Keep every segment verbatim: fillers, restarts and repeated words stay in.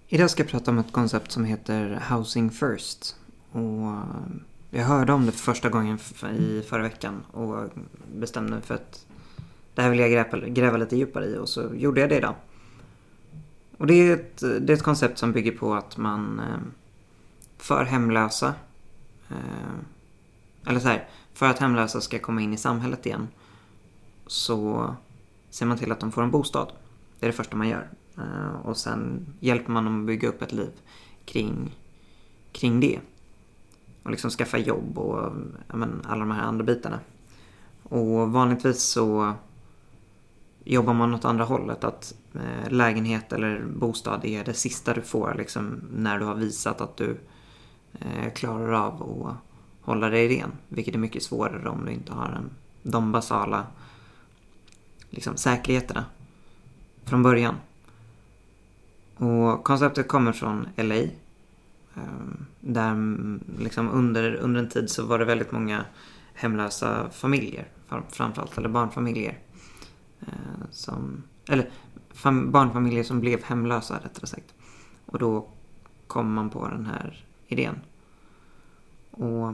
Idag ska jag prata om ett koncept som heter Housing First. Och jag hörde om det för första gången i förra veckan och bestämde mig för att det här vill jag gräva, gräva lite djupare i, och så gjorde jag det idag. Och det är ett, det är ett koncept som bygger på att man för hemlösa, eller så här, för att hemlösa ska komma in i samhället igen, så ser man till att de får en bostad. Det är det första man gör. Och sen hjälper man dem att bygga upp ett liv kring, kring det. Och liksom skaffa jobb och ja, men, alla de här andra bitarna. Och vanligtvis så jobbar man åt andra hållet. Att eh, lägenhet eller bostad är det sista du får liksom, när du har visat att du eh, klarar av att hålla dig ren. Vilket är mycket svårare om du inte har en, de basala liksom, säkerheterna från början. Och konceptet kommer från L A. Där liksom under, under en tid så var det väldigt många hemlösa familjer. Framförallt, eller barnfamiljer. Som, eller fam, barnfamiljer som blev hemlösa rättare sagt. Och då kom man på den här idén. Och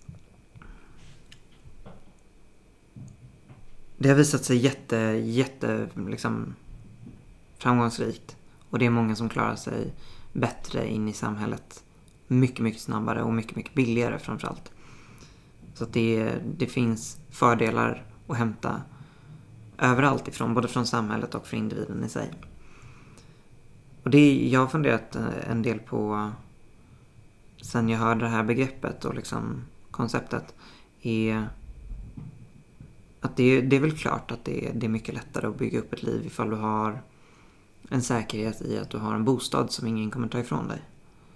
det har visat sig jätte, jätte liksom framgångsrikt. Och det är många som klarar sig bättre in i samhället. Mycket, mycket snabbare och mycket, mycket billigare framförallt. Så att det, det finns fördelar att hämta överallt ifrån. Både från samhället och från individen i sig. Och det jag har funderat en del på sen jag hörde det här begreppet och liksom konceptet är att det, det är väl klart att det, det är mycket lättare att bygga upp ett liv ifall du har en säkerhet i att du har en bostad som ingen kommer ta ifrån dig.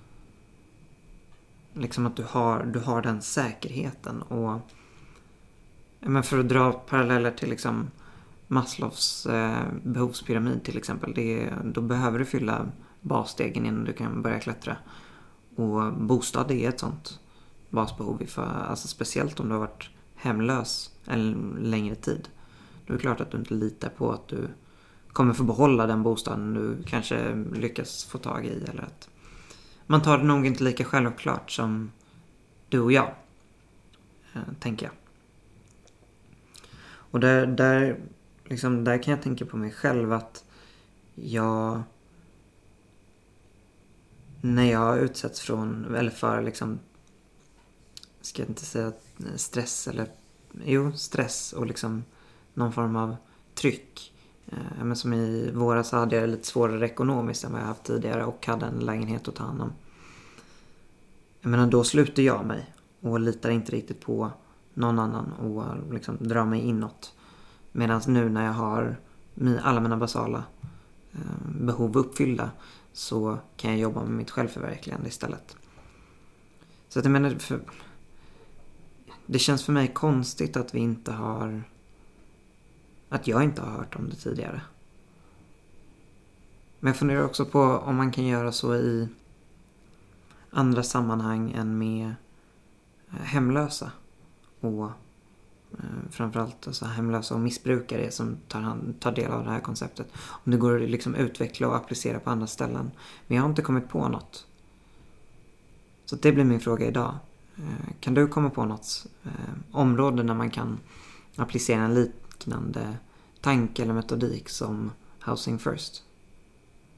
Liksom att du har, du har den säkerheten. Och men för att dra paralleller till liksom Maslows eh, behovspyramid till exempel. Det, då behöver du fylla basstegen innan du kan börja klättra. Och bostad är ett sånt basbehov. För, alltså speciellt om du har varit hemlös en längre tid. Då är det klart att du inte litar på att du kommer få behålla den bostaden du kanske lyckas få tag i. Eller att man tar det nog inte lika självklart som du och jag, eh, tänker jag. Och där, där, liksom, där kan jag tänka på mig själv att jag, när jag utsätts från, eller för liksom, ska jag inte säga stress, eller jo, stress och liksom någon form av tryck. Eh, men som i våras hade jag lite svårare ekonomiskt än vad jag haft tidigare och hade en lägenhet att ta hand om. Jag menar, då sluter jag mig och litar inte riktigt på någon annan och liksom drar mig inåt. Medan nu när jag har alla mina basala eh, behov uppfyllda så kan jag jobba med mitt självförverkligande istället. Så att jag menar, för, det känns för mig konstigt att vi inte har, att jag inte har hört om det tidigare. Men jag funderar också på om man kan göra så i andra sammanhang än med hemlösa. Och eh, framförallt alltså hemlösa och missbrukare som tar, hand, tar del av det här konceptet. Om det går att liksom utveckla och applicera på andra ställen. Men jag har inte kommit på något. Så det blir min fråga idag. Eh, kan du komma på något eh, område där man kan applicera en liknande tanke eller metodik som Housing First?